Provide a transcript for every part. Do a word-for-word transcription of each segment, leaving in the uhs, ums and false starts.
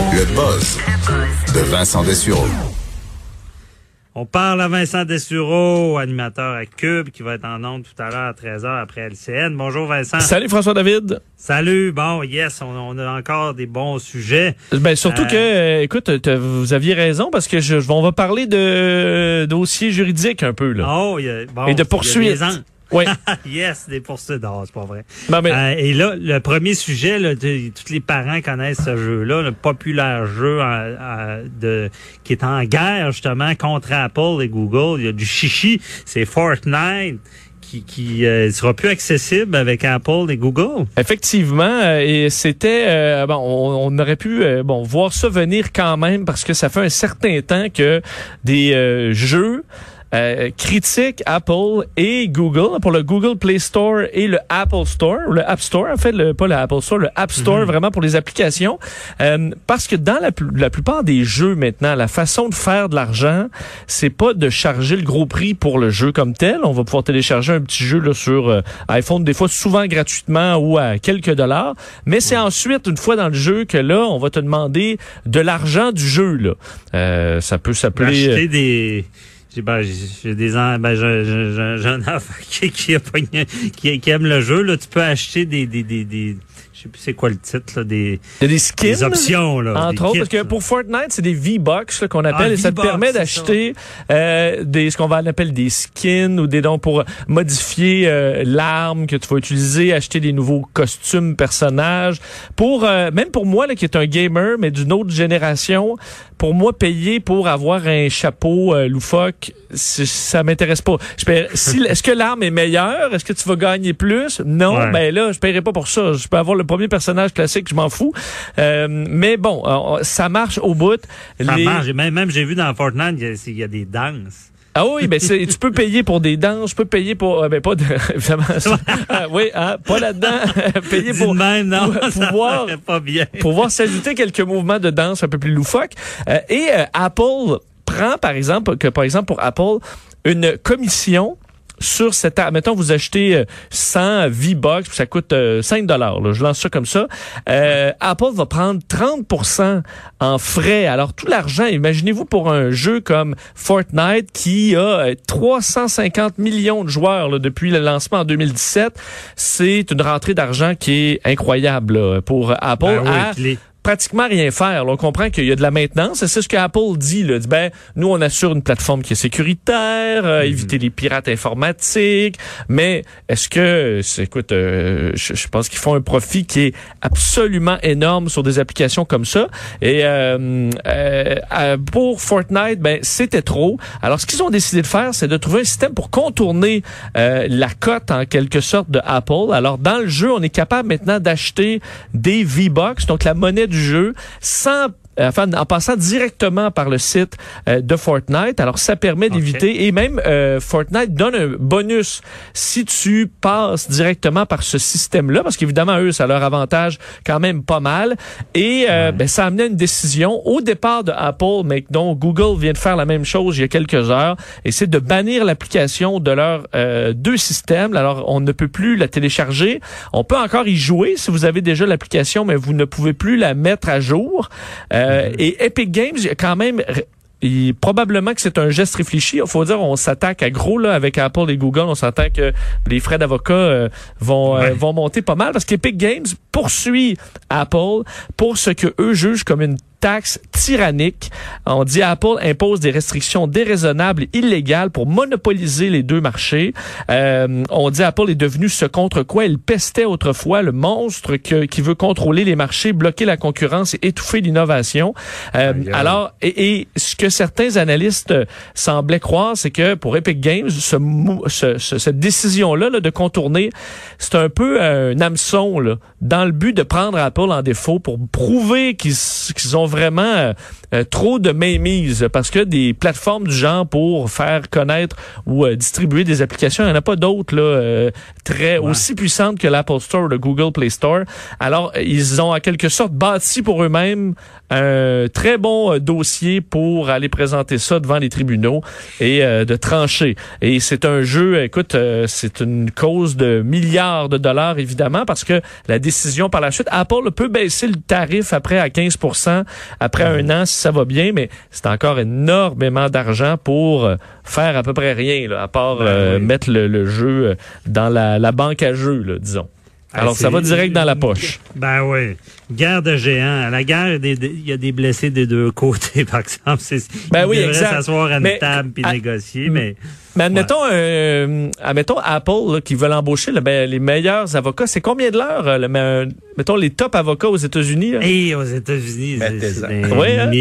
Le buzz de Vincent Dessureau. On parle à Vincent Dessureau, animateur à Cube, qui va être en ondes tout à l'heure à treize heures après L C N. Bonjour Vincent. Salut François-David. Salut. Bon, yes, on, on a encore des bons sujets. Ben surtout euh... que, euh, écoute, vous aviez raison parce que je, on va parler de euh, dossiers juridiques un peu là. Oh, y a, bon, et de poursuites. Oui. Yes, des poursuites. Non, c'est pas vrai. Non, mais... euh, et là, le premier sujet, là, de, tous les parents connaissent ce jeu-là, le populaire jeu en, en, de qui est en guerre justement contre Apple et Google. Il y a du chichi, c'est Fortnite. qui qui euh, sera plus accessible avec Apple et Google. Effectivement, euh, et c'était euh, bon, on, on aurait pu euh, bon voir ça venir quand même parce que ça fait un certain temps que des euh, jeux Euh, critique Apple et Google pour le Google Play Store et le Apple Store, le App Store en fait, le, pas le Apple Store, le App Store mm-hmm. vraiment pour les applications, euh, parce que dans la, la plupart des jeux maintenant, la façon de faire de l'argent, c'est pas de charger le gros prix pour le jeu comme tel. On va pouvoir télécharger un petit jeu là sur euh, iPhone, des fois souvent gratuitement ou à quelques dollars, mais c'est mm. ensuite une fois dans le jeu que là, on va te demander de l'argent du jeu là. Euh, ça peut s'appeler acheter des J'ai, ben, j'ai des ben, j'ai, j'ai, j'ai un enfant qui, qui, a pogné, qui, qui aime le jeu. Là, tu peux acheter des, des, des, des je sais plus c'est quoi le titre, là, des, des skins, des options, là. Entre des autres, kits, parce que là. pour Fortnite, c'est des V-Bucks, là, qu'on appelle, ah, et ça te permet d'acheter, euh, des, ce qu'on va appeler des skins ou des dons pour modifier, euh, l'arme que tu vas utiliser, acheter des nouveaux costumes, personnages. Pour, euh, même pour moi, là, qui est un gamer, mais d'une autre génération, pour moi, payer pour avoir un chapeau euh, loufoque, ça m'intéresse pas. Je paierais, si, est-ce que l'arme est meilleure? Est-ce que tu vas gagner plus? Non, ouais. Ben là, je paierai pas pour ça. Je peux avoir le premier personnage classique, je m'en fous. Euh, mais bon, euh, ça marche au bout. Ça Les... marche. Même, même j'ai vu dans Fortnite, il y a, il y a des danses. Ah oui, ben c'est, tu peux payer pour des danses, je peux payer pour, euh, ben pas de, évidemment, ah, oui, hein, pas là-dedans, payer pour, même, non, pour ça pouvoir, pas bien. pouvoir s'ajouter quelques mouvements de danse un peu plus loufoques. Euh, et euh, Apple prend, par exemple, que par exemple pour Apple, une commission sur cette, mettons, vous achetez cent V-Bucks, ça coûte euh, cinq dollars, là, je lance ça comme ça. Euh, Apple va prendre trente pour cent en frais. Alors, tout l'argent, imaginez-vous pour un jeu comme Fortnite qui a trois cent cinquante millions de joueurs là, depuis le lancement en deux mille dix-sept, c'est une rentrée d'argent qui est incroyable là, pour Apple. Ben oui, à les... pratiquement rien faire. Là, on comprend qu'il y a de la maintenance. C'est ce que Apple dit. Là. Dit, ben, nous, on assure une plateforme qui est sécuritaire, euh, mm-hmm. éviter les pirates informatiques. Mais est-ce que, c'est, écoute, euh, je, je pense qu'ils font un profit qui est absolument énorme sur des applications comme ça. Et euh, euh, pour Fortnite, ben, c'était trop. Alors, ce qu'ils ont décidé de faire, c'est de trouver un système pour contourner euh, la cote, en quelque sorte, de Apple. Alors, dans le jeu, on est capable maintenant d'acheter des V-Bucks, donc la monnaie du jeu, sans Enfin, en passant directement par le site euh, de Fortnite. Alors, ça permet d'éviter, okay. Et même euh, Fortnite donne un bonus si tu passes directement par ce système-là, parce qu'évidemment, eux, ça leur avantage quand même pas mal. Et euh, ouais. ben, ça a amené une décision au départ de Apple, mais dont Google vient de faire la même chose il y a quelques heures, et c'est de bannir l'application de leurs euh, deux systèmes. Alors, on ne peut plus la télécharger. On peut encore y jouer si vous avez déjà l'application, mais vous ne pouvez plus la mettre à jour. Euh, Euh, et Epic Games, quand même, il, probablement que c'est un geste réfléchi. Il faut dire, on s'attaque à gros là avec Apple et Google. On s'entend que les frais d'avocat euh, vont ouais. euh, vont monter pas mal parce qu'Epic Games poursuit Apple pour ce que eux jugent comme une taxe tyrannique. On dit Apple impose des restrictions déraisonnables et illégales pour monopoliser les deux marchés. Euh, on dit Apple est devenu ce contre quoi il pestait autrefois, le monstre que, qui veut contrôler les marchés, bloquer la concurrence et étouffer l'innovation. Euh, yeah. Alors, et, et ce que certains analystes semblaient croire, c'est que pour Epic Games, ce, ce, ce, cette décision-là là, de contourner, c'est un peu un hameçon là, dans le but de prendre Apple en défaut pour prouver qu'ils, qu'ils ont vraiment euh, trop de mainmise parce que des plateformes du genre pour faire connaître ou euh, distribuer des applications, il n'y en a pas d'autres là euh, très ouais. aussi puissantes que l'Apple Store ou le Google Play Store. Alors, ils ont en quelque sorte bâti pour eux-mêmes un très bon euh, dossier pour aller présenter ça devant les tribunaux et euh, de trancher. Et c'est un jeu, écoute, euh, c'est une cause de milliards de dollars évidemment parce que la décision par la suite, Apple peut baisser le tarif après à quinze pour cent après mmh. un an si ça va bien, mais c'est encore énormément d'argent pour euh, faire à peu près rien, là, à part ben, euh, oui. mettre le, le jeu dans la, la banque à jeux, là, disons. Alors, ah, ça va direct dans la poche. Ben oui. Guerre de géants. À la guerre, il y a des blessés des deux côtés, par exemple. C'est, ben oui, exact. s'asseoir à une mais, table puis négocier, mais... Mais admettons, ouais. euh, admettons Apple là, qui veulent embaucher là, ben, les meilleurs avocats. C'est combien de l'heure? Là, mais, mettons les top avocats aux États-Unis. Et aux États-Unis, c'est, c'est ouais, hein?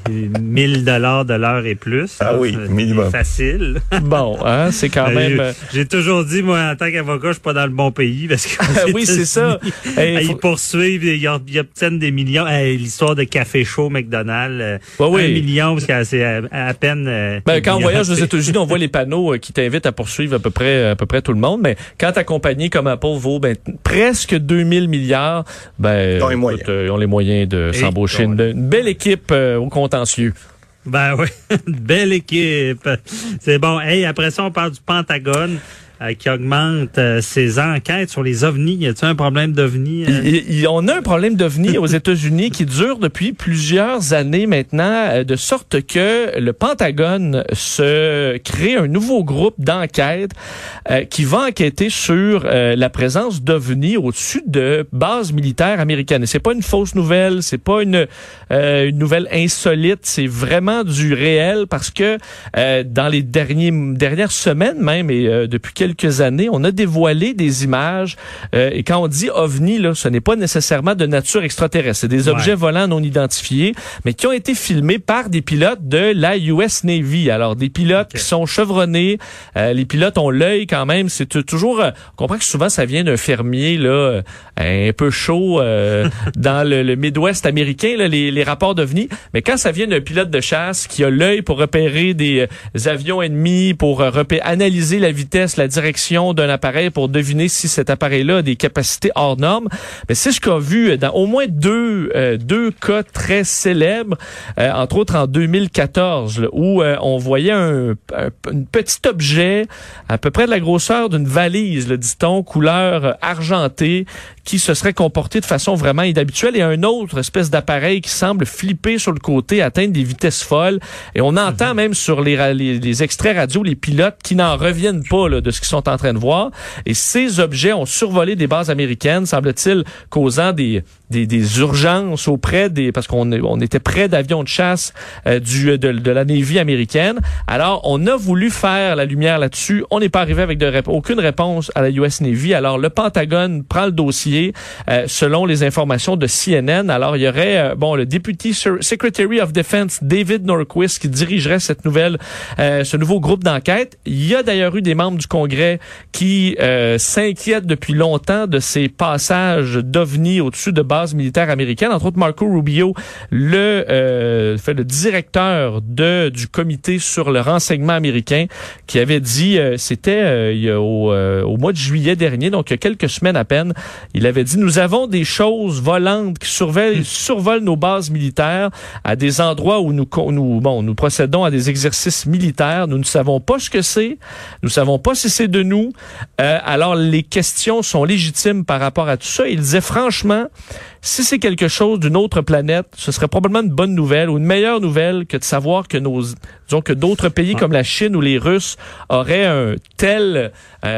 mille dollars de l'heure et plus. Ah oui, minimum. Facile. Bon, hein, c'est quand même... J'ai, j'ai toujours dit, moi, en tant qu'avocat, je suis pas dans le bon pays parce que oui, c'est ça. Hey, ils faut... poursuivent, ils, ils obtiennent des millions. Hey, l'histoire de Café Chaud, McDonald's, euh, ouais, oui. un million, parce que c'est à, à peine... Euh, ben, quand on voyage aux États-Unis, on voit les panneaux qui t'invitent à poursuivre à peu près à peu près tout le monde, mais quand ta compagnie comme Apple vaut ben, presque deux mille milliards, ben ils ont les moyens, écoute, euh, ils ont les moyens de Et s'embaucher une, une belle équipe euh, au contentieux. Ben oui, une belle équipe. C'est bon. Hey, après ça, on parle du Pentagone. Euh, qui augmente euh, ses enquêtes sur les ovnis. Y a-t-il un problème d'ovnis? Euh? Il, il, on a un problème d'ovnis aux États-Unis qui dure depuis plusieurs années maintenant, euh, de sorte que le Pentagone se crée un nouveau groupe d'enquête euh, qui va enquêter sur euh, la présence d'ovnis au-dessus de bases militaires américaines. Et c'est pas une fausse nouvelle, c'est pas une, euh, une nouvelle insolite, c'est vraiment du réel parce que euh, dans les derniers, dernières semaines même et euh, depuis quelques quelques années, on a dévoilé des images euh, et quand on dit ovni, là, ce n'est pas nécessairement de nature extraterrestre. C'est des objets ouais. volants non identifiés, mais qui ont été filmés par des pilotes de la U S Navy. Alors, des pilotes okay. qui sont chevronnés. Euh, les pilotes ont l'œil quand même. C'est t- toujours... Euh, on comprend que souvent, ça vient d'un fermier là, un peu chaud euh, dans le, le Midwest américain, là, les, les rapports d'ovni. Mais quand ça vient d'un pilote de chasse qui a l'œil pour repérer des, des avions ennemis, pour euh, repé- analyser la vitesse, la direction d'un appareil pour deviner si cet appareil-là a des capacités hors normes. Mais c'est ce qu'a vu dans au moins deux euh, deux cas très célèbres, euh, entre autres en deux mille quatorze, là, où euh, on voyait un, un, un petit objet à peu près de la grosseur d'une valise, là, dit-on, couleur argentée, qui se serait comporté de façon vraiment inhabituelle, et un autre espèce d'appareil qui semble flipper sur le côté, atteindre des vitesses folles. Et on entend mm-hmm. même sur les, les, les extraits radio les pilotes qui n'en reviennent pas là, de ce qu'ils sont en train de voir. Et ces objets ont survolé des bases américaines, semble-t-il, causant des, des, des urgences auprès des... Parce qu'on on était près d'avions de chasse euh, du, de, de la Navy américaine. Alors, on a voulu faire la lumière là-dessus. On n'est pas arrivé avec de rép- aucune réponse à la U S Navy. Alors, le Pentagone prend le dossier euh, selon les informations de C N N. Alors, il y aurait, euh, bon, le Deputy Secretary of Defense, David Norquist, qui dirigerait cette nouvelle, euh, ce nouveau groupe d'enquête. Il y a d'ailleurs eu des membres du Congrès qui euh, s'inquiètent depuis longtemps de ces passages d'ovnis au-dessus de bases militaires américaines. Entre autres, Marco Rubio, le, euh, fait le directeur de, du comité sur le renseignement américain, qui avait dit, euh, c'était euh, il y a au, euh, au mois de juillet dernier, donc il y a quelques semaines à peine, il avait dit, nous avons des choses volantes qui surveillent, survolent nos bases militaires à des endroits où nous, nous, bon, nous procédons à des exercices militaires. Nous ne savons pas ce que c'est. Nous ne savons pas si c'est de nous. Euh, alors, les questions sont légitimes par rapport à tout ça. Il disait, franchement, si c'est quelque chose d'une autre planète, ce serait probablement une bonne nouvelle ou une meilleure nouvelle que de savoir que nos, disons que d'autres pays comme la Chine ou les Russes auraient un tel,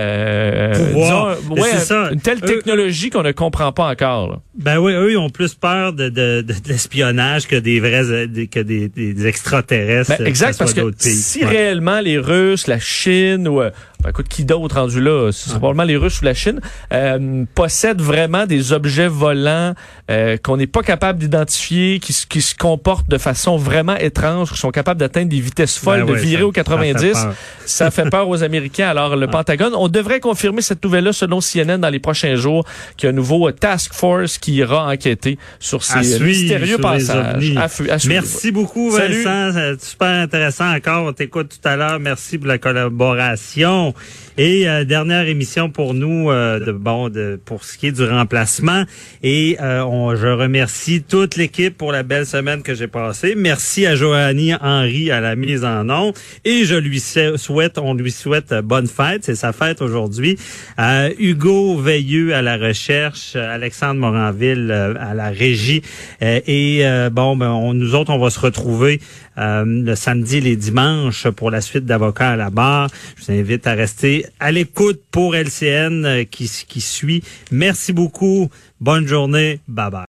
euh, pouvoir. Disons, ouais, c'est ça. une telle technologie eux, qu'on ne comprend pas encore. Là. Ben oui, eux, ils ont plus peur de, de, de, de l'espionnage que des vrais, de, que des, des extraterrestres. Ben, exact, parce que pays. si ouais. réellement les Russes, la Chine ou, ben, écoute, qui d'autre rendu là, c'est ah. probablement les Russes ou la Chine, euh, possèdent vraiment des objets volants euh, qu'on n'est pas capable d'identifier, qui, qui se comportent de façon vraiment étrange, qui sont capables d'atteindre des vitesses folles, ben de ouais, virer ça, au quatre-vingt-dix. Ça fait, ça fait peur aux Américains. Alors, le ah. Pentagone, on devrait confirmer cette nouvelle-là selon C N N dans les prochains jours, qu'il y a un nouveau uh, task force qui ira enquêter sur ces suivre, mystérieux sur passages. À fu- à Merci beaucoup, Salut. Vincent. C'est super intéressant encore. On t'écoute tout à l'heure. Merci pour la collaboration. Et euh, dernière émission pour nous, euh, de, bon, de, pour ce qui est du remplacement. Et euh, on, je remercie toute l'équipe pour la belle semaine que j'ai passée. Merci à Joanie Henry à la mise mise en ondes. Et je lui souhaite, on lui souhaite bonne fête. C'est sa fête aujourd'hui. Euh, Hugo Veilleux à la recherche, Alexandre Moranville euh, à la régie. Euh, et euh, bon, ben, on, nous autres, on va se retrouver euh, le samedi et les dimanches pour la suite d'Avocats à la barre. Je vous invite à rester à l'écoute pour L C N euh, qui, qui suit. Merci beaucoup. Bonne journée. Bye bye.